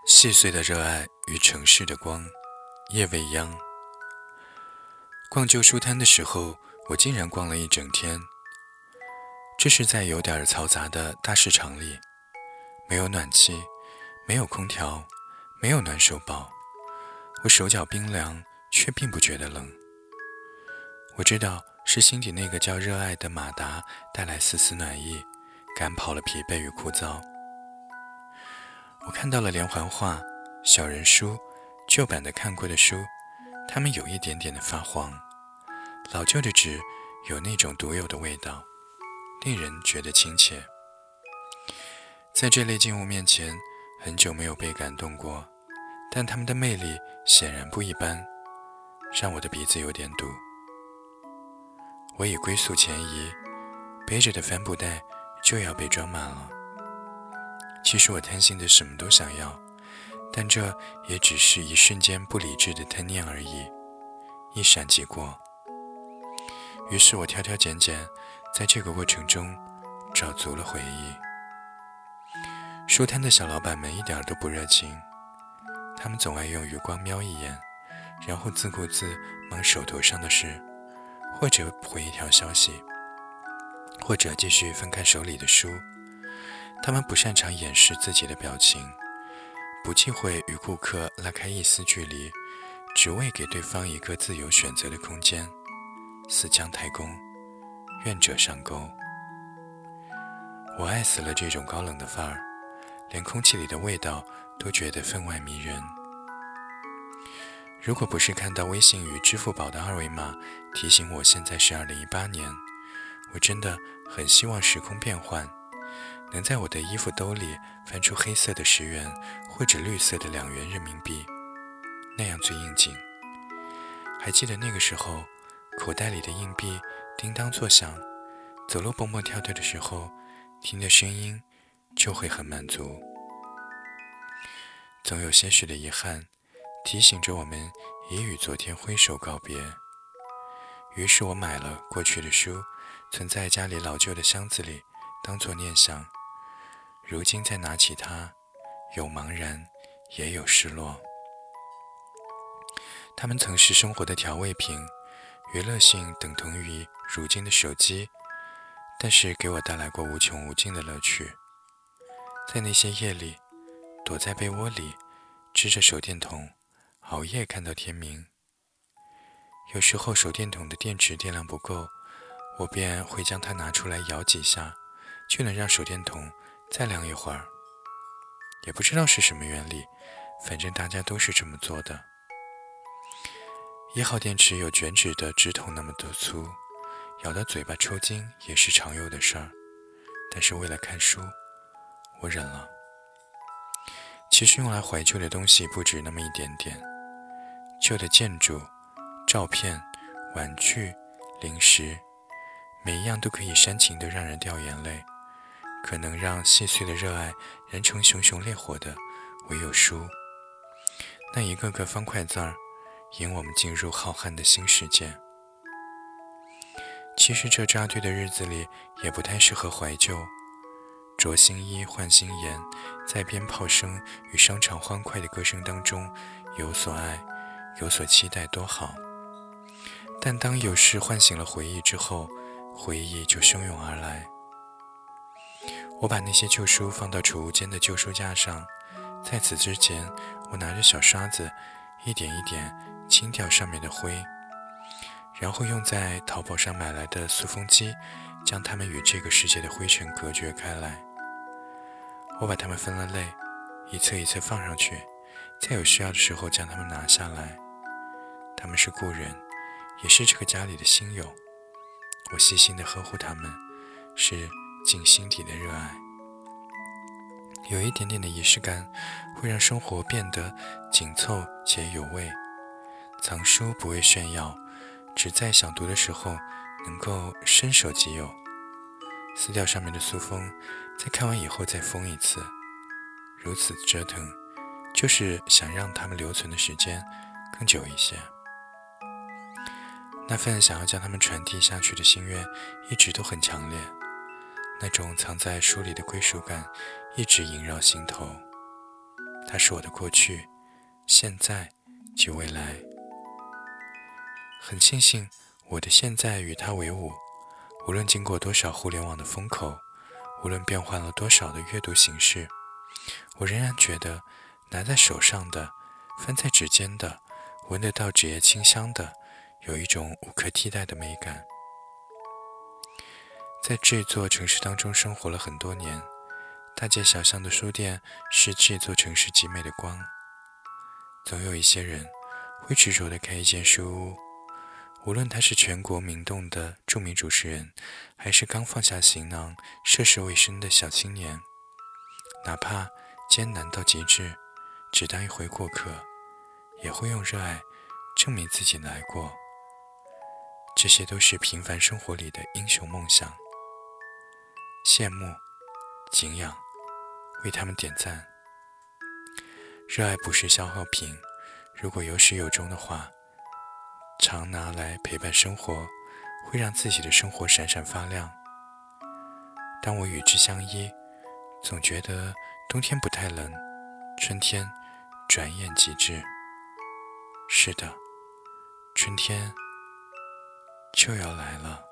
细碎的热爱与城市的光，夜未央。逛旧书摊的时候，我竟然逛了一整天。这是在有点嘈杂的大市场里，没有暖气，没有空调，没有暖手宝。我手脚冰凉，却并不觉得冷。我知道是心底那个叫热爱的马达带来丝丝暖意，赶跑了疲惫与枯燥。我看到了连环画、小人书、旧版的看过的书，它们有一点点的发黄，老旧的纸有那种独有的味道，令人觉得亲切。在这类静物面前，很久没有被感动过，但它们的魅力显然不一般，让我的鼻子有点堵。我已龟速前移，背着的帆布袋就要被装满了。其实我贪心的什么都想要，但这也只是一瞬间不理智的贪念而已，一闪即过。于是我挑挑拣拣，在这个过程中找足了回忆。书摊的小老板们一点都不热情，他们总爱用余光瞄一眼，然后自顾自忙手头上的事，或者回一条消息，或者继续翻看手里的书。他们不擅长掩饰自己的表情，不忌讳与顾客拉开一丝距离，只为给对方一个自由选择的空间。似姜太公，愿者上钩。我爱死了这种高冷的范儿，连空气里的味道都觉得分外迷人。如果不是看到微信与支付宝的二维码提醒我现在是2018年，我真的很希望时空变换，能在我的衣服兜里翻出黑色的10元或者绿色的2元人民币，那样最应景。还记得那个时候，口袋里的硬币叮当作响，走路蹦蹦跳跳的时候，听的声音就会很满足。总有些许的遗憾，提醒着我们已与昨天挥手告别。于是我买了过去的书，存在家里老旧的箱子里，当作念想。如今再拿起它，有茫然，也有失落。它们曾是生活的调味品，娱乐性等同于如今的手机，但是给我带来过无穷无尽的乐趣。在那些夜里，躲在被窝里，支着手电筒，熬夜看到天明。有时候手电筒的电池电量不够，我便会将它拿出来摇几下，就能让手电筒再亮一会儿。也不知道是什么原理，反正大家都是这么做的。1号电池有卷纸的纸筒那么多粗，咬到嘴巴抽筋也是常有的事儿，但是为了看书，我忍了。其实用来怀旧的东西不止那么一点点，旧的建筑、照片、玩具、零食，每一样都可以煽情的让人掉眼泪。可能让细碎的热爱燃成熊熊烈火的，唯有书。那一个个方块字儿，引我们进入浩瀚的新世界。其实这扎堆的日子里，也不太适合怀旧。着新衣换新颜，在鞭炮声与商场欢快的歌声当中，有所爱，有所期待，多好。但当有事唤醒了回忆之后，回忆就汹涌而来。我把那些旧书放到储物间的旧书架上，在此之前，我拿着小刷子，一点一点清掉上面的灰，然后用在淘宝上买来的塑封机，将它们与这个世界的灰尘隔绝开来。我把它们分了类，一册一册放上去，在有需要的时候将它们拿下来。他们是故人，也是这个家里的新友。我细心地呵护他们，是尽心底的热爱。有一点点的仪式感，会让生活变得紧凑且有味。藏书不为炫耀，只在想读的时候能够伸手即有。撕掉上面的塑封，在看完以后再封一次，如此折腾，就是想让它们留存的时间更久一些。那份想要将它们传递下去的心愿一直都很强烈，那种藏在书里的归属感一直萦绕心头。 它是我的过去、现在及未来。很庆幸我的现在与它为伍，无论经过多少互联网的风口，无论变换了多少的阅读形式，我仍然觉得拿在手上的、翻在指尖的、闻得到纸页清香的，有一种无可替代的美感。在这座城市当中生活了很多年，大街小巷的书店是这座城市极美的光。总有一些人会执着地开一间书屋，无论他是全国名动的著名主持人，还是刚放下行囊涉世未深的小青年，哪怕艰难到极致，只当一回过客，也会用热爱证明自己来过。这些都是平凡生活里的英雄梦想。羡慕、敬仰，为他们点赞。热爱不是消耗品，如果有始有终的话，常拿来陪伴生活，会让自己的生活闪闪发亮。当我与之相依，总觉得冬天不太冷，春天转眼即至。是的，春天就要来了。